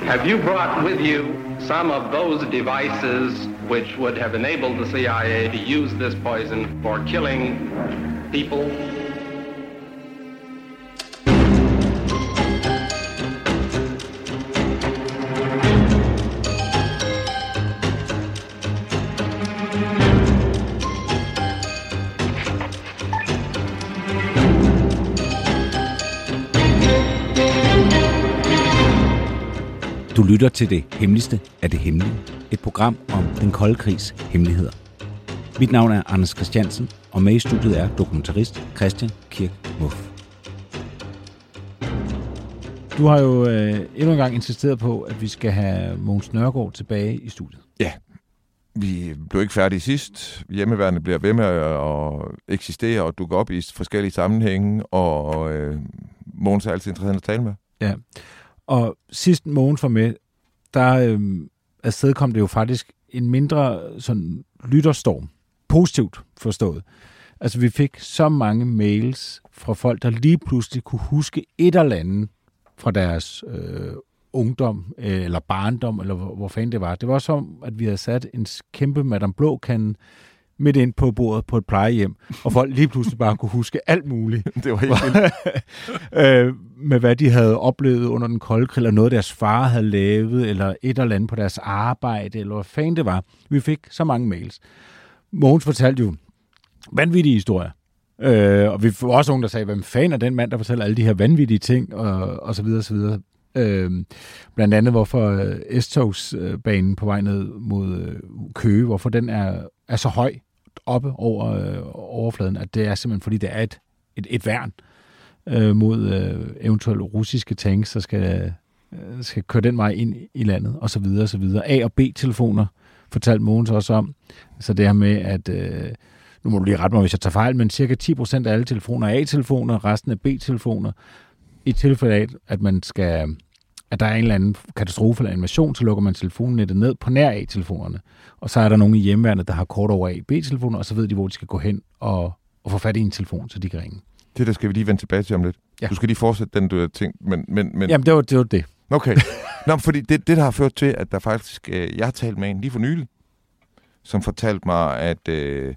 Have you brought with you some of those devices which would have enabled the CIA to use this poison for killing people? Du lytter til Det Hemmeligste af det Hemmelige, et program om den kolde krigs hemmeligheder. Mit navn er Anders Christiansen, og med i studiet er dokumentarist Christian Kirk Muff. Du har jo endnu en gang insisteret på, at vi skal have Mogens Nørgaard tilbage i studiet. Ja, vi blev ikke færdige sidst. Hjemmeværende bliver ved med at eksistere og dukke op i forskellige sammenhænge, og Mogens er altid interessant at tale med. Ja, og sidst Mogens var med, der afstedkom det jo faktisk en mindre sådan lytterstorm. Positivt forstået. Altså vi fik så mange mails fra folk, der lige pludselig kunne huske et eller andet fra deres ungdom eller barndom, eller hvor fanden det var. Det var som, at vi havde sat en kæmpe Madame Blå-kande midt ind på bordet på et plejehjem, og folk lige pludselig bare kunne huske alt muligt. Det var helt vildt. Med hvad de havde oplevet under den kolde krig, eller noget deres far havde lavet, eller et eller andet på deres arbejde, eller hvad fanden det var. Vi fik så mange mails. Mogens fortalte jo vanvittige historier. Og vi var også nogen, der sagde, hvem fanden er den mand, der fortæller alle de her vanvittige ting, og så videre, og så videre. Blandt andet, hvorfor S-togsbanen på vej ned mod Køge, hvorfor den er så høj oppe over overfladen, at det er simpelthen, fordi det er et værn mod eventuelle russiske tanks, der skal køre den vej ind i landet, og så videre, og så videre. A- og B-telefoner fortalte Mogens også om, så det her med, at nu må du lige rette mig, hvis jeg tager fejl, men cirka 10% af alle telefoner er A-telefoner, resten er B-telefoner. I tilfælde af, at der er en eller anden katastrofe eller invasion, så lukker man telefonnettet ned på nær A-telefonerne. Og så er der nogen i hjemmeværnet, der har kort over A-B-telefoner, og så ved de, hvor de skal gå hen og få fat i en telefon, så de kan ringe. Det der skal vi lige vende tilbage til om lidt. Ja. Du skal lige fortsætte den, du har tænkt. Men... Jamen, det var det. Okay. Nå, fordi det, der har ført til, at der faktisk... jeg har talt med en lige for nylig, som fortalte mig, at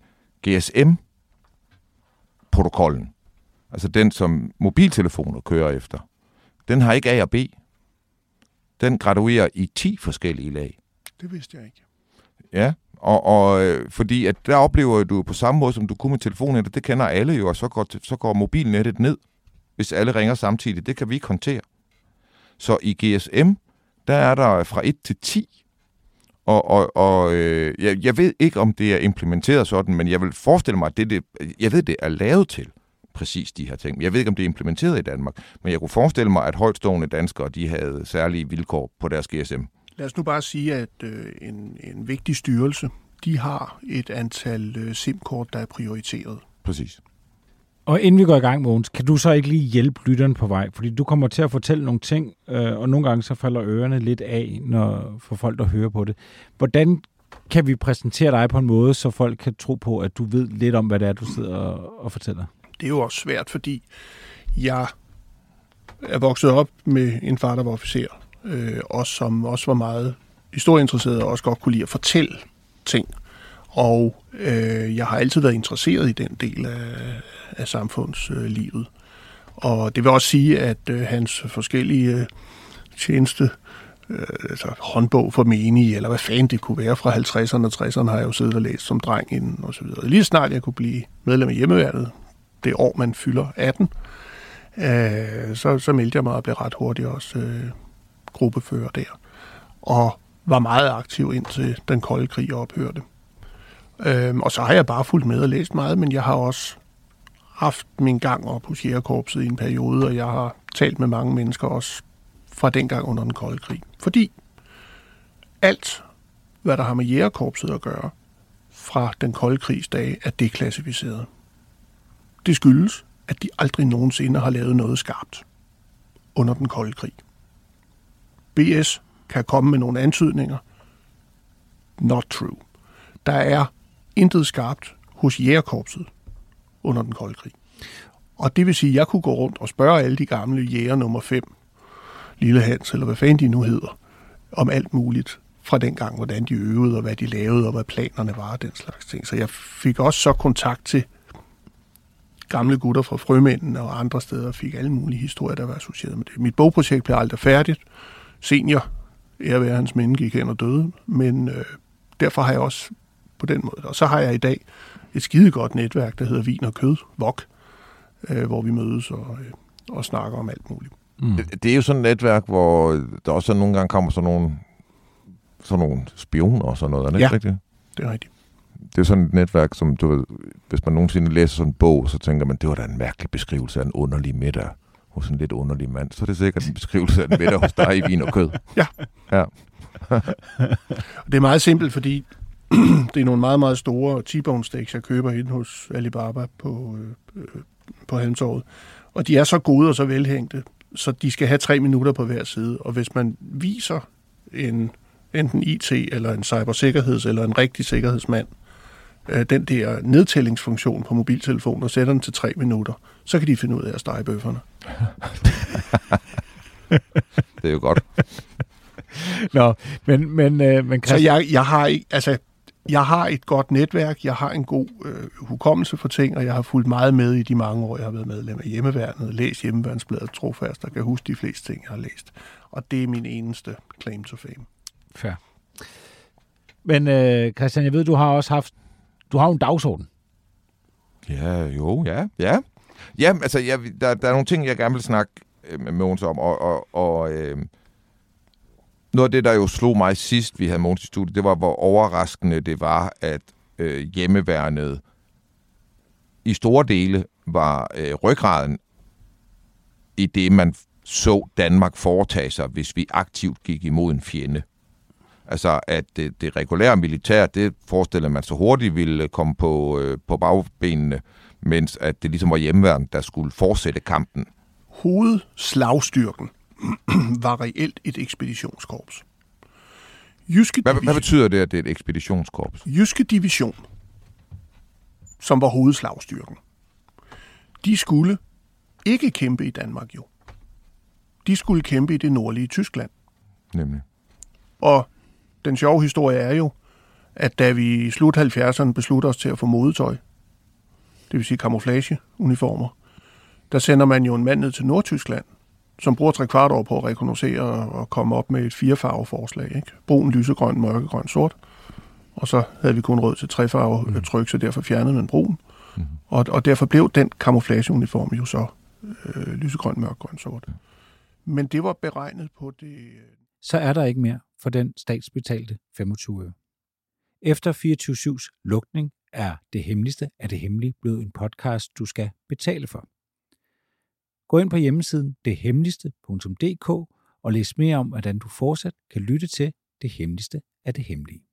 GSM-protokollen, altså den, som mobiltelefoner kører efter, den har ikke A og B. Den graduerer i 10 forskellige lag. Det vidste jeg ikke. Ja, og fordi at der oplever du på samme måde, som du kunne med telefonnettet, det kender alle jo, og så går mobilnettet ned, hvis alle ringer samtidig. Det kan vi ikke håndtere. Så i GSM, der er der fra 1 til 10, og jeg ved ikke, om det er implementeret sådan, men jeg vil forestille mig, at jeg ved, det er lavet til præcis de her ting. Jeg ved ikke, om det er implementeret i Danmark, men jeg kunne forestille mig, at højtstående danskere, de havde særlige vilkår på deres GSM. Lad os nu bare sige, at en vigtig styrelse, de har et antal SIM-kort, der er prioriteret. Præcis. Og inden vi går i gang, Mogens, kan du så ikke lige hjælpe lytteren på vej? Fordi du kommer til at fortælle nogle ting, og nogle gange så falder ørerne lidt af for folk, der hører på det. Hvordan kan vi præsentere dig på en måde, så folk kan tro på, at du ved lidt om, hvad det er, du sidder og fortæller? Det er jo også svært, fordi jeg er vokset op med en far, der var officer, og som også var meget historieinteresseret og også godt kunne lide at fortælle ting. Og jeg har altid været interesseret i den del af samfundslivet. Og det vil også sige, at hans forskellige tjeneste, altså håndbog for menige, eller hvad fanden det kunne være fra 50'erne og 60'erne, har jeg jo siddet og læst som dreng inden, og så videre. Lige snart jeg kunne blive medlem af hjemmeværnet, det år man fylder 18, så meldte jeg mig og blev ret hurtigt også gruppefører der. Og var meget aktiv indtil den kolde krig ophørte. Og så har jeg bare fulgt med og læst meget, men jeg har også haft min gang op hos Jægerkorpset i en periode, og jeg har talt med mange mennesker også fra dengang under den kolde krig. Fordi alt, hvad der har med Jægerkorpset at gøre, fra den kolde krigs dage, er deklassificeret. Det skyldes, at de aldrig nogensinde har lavet noget skarpt under den kolde krig. BS kan komme med nogle antydninger. Not true. Der er intet skarpt hos Jægerkorpset under den kolde krig. Og det vil sige, at jeg kunne gå rundt og spørge alle de gamle jæger nummer 5, Lille Hans, eller hvad fanden de nu hedder, om alt muligt fra dengang, hvordan de øvede, og hvad de lavede, og hvad planerne var, og den slags ting. Så jeg fik også så kontakt til gamle gutter fra Frømændene og andre steder, og fik alle mulige historier, der var associeret med det. Mit bogprojekt blev aldrig færdigt. Senior, ære være hans minde, gik hen og døde, men derfor har jeg også på den måde. Og så har jeg i dag et skidegodt netværk, der hedder Vin og Kød, VOG, hvor vi mødes og snakker om alt muligt. Det er jo sådan et netværk, hvor der også nogle gange kommer sådan nogle spioner og sådan noget. Er det ikke rigtigt? Det er rigtigt. Det er sådan et netværk, som du ved, hvis man nogensinde læser sådan en bog, så tænker man, det var da en mærkelig beskrivelse af en underlig middag hos en lidt underlig mand. Så er det sikkert en beskrivelse af en middag hos dig i Vin og Kød. Ja. Det er meget simpelt, fordi det er nogle meget, meget store T-bone steaks, jeg køber inde hos Alibaba på Halmtorvet. Og de er så gode og så velhængte, så de skal have 3 minutter på hver side. Og hvis man viser enten IT eller en cybersikkerheds- eller en rigtig sikkerhedsmand den der nedtællingsfunktion på mobiltelefonen og sætter den til 3 minutter, så kan de finde ud af at stege bøfferne. Det er jo godt. Nå, men så jeg har et godt netværk, jeg har en god hukommelse for ting, og jeg har fulgt meget med i de mange år, jeg har været medlem af Hjemmeværnet, læst Hjemmeværnsbladet trofast, og kan huske de fleste ting, jeg har læst. Og det er min eneste claim to fame. Fair. Men Christian, jeg ved, du har jo en dagsorden. Ja. Ja, altså, der er nogle ting, jeg gerne vil snakke med Mogens om, og noget af det, der jo slog mig sidst, vi havde Mogens i studiet, det var, hvor overraskende det var, at Hjemmeværnet i store dele var ryggraden i det, man så Danmark foretage sig, hvis vi aktivt gik imod en fjende. Altså, at det regulære militær, det forestiller man så hurtigt ville komme på bagbenene, mens at det ligesom var Hjemmeværnet, der skulle fortsætte kampen. Hovedslagstyrken var reelt et ekspeditionskorps. Hvad betyder det, at det er et ekspeditionskorps? Jyske Division, som var hovedslagstyrken, de skulle ikke kæmpe i Danmark jo. De skulle kæmpe i det nordlige Tyskland. Nemlig. Og den sjove historie er jo, at da vi i slut 70'erne beslutter os til at få modetøj, det vil sige camouflageuniformer, der sender man jo en mand ned til Nordtyskland, som bruger 3/4 år på at rekognoscere og komme op med et 4-farveforslag. Ikke? Brun, lysegrøn, mørkegrøn, sort. Og så havde vi kun råd til 3-farve tryk, så derfor fjernede man brun. Og derfor blev den camouflageuniform jo så lysegrøn, mørkegrøn, sort. Men det var beregnet på det. Så er der ikke mere for den statsbetalte 25 øre. Efter 24/7's lukning er Det Hemmeligste af det Hemmelige blevet en podcast, du skal betale for. Gå ind på hjemmesiden dethemmeligste.dk og læs mere om, hvordan du fortsat kan lytte til Det Hemmeligste af det Hemmelige.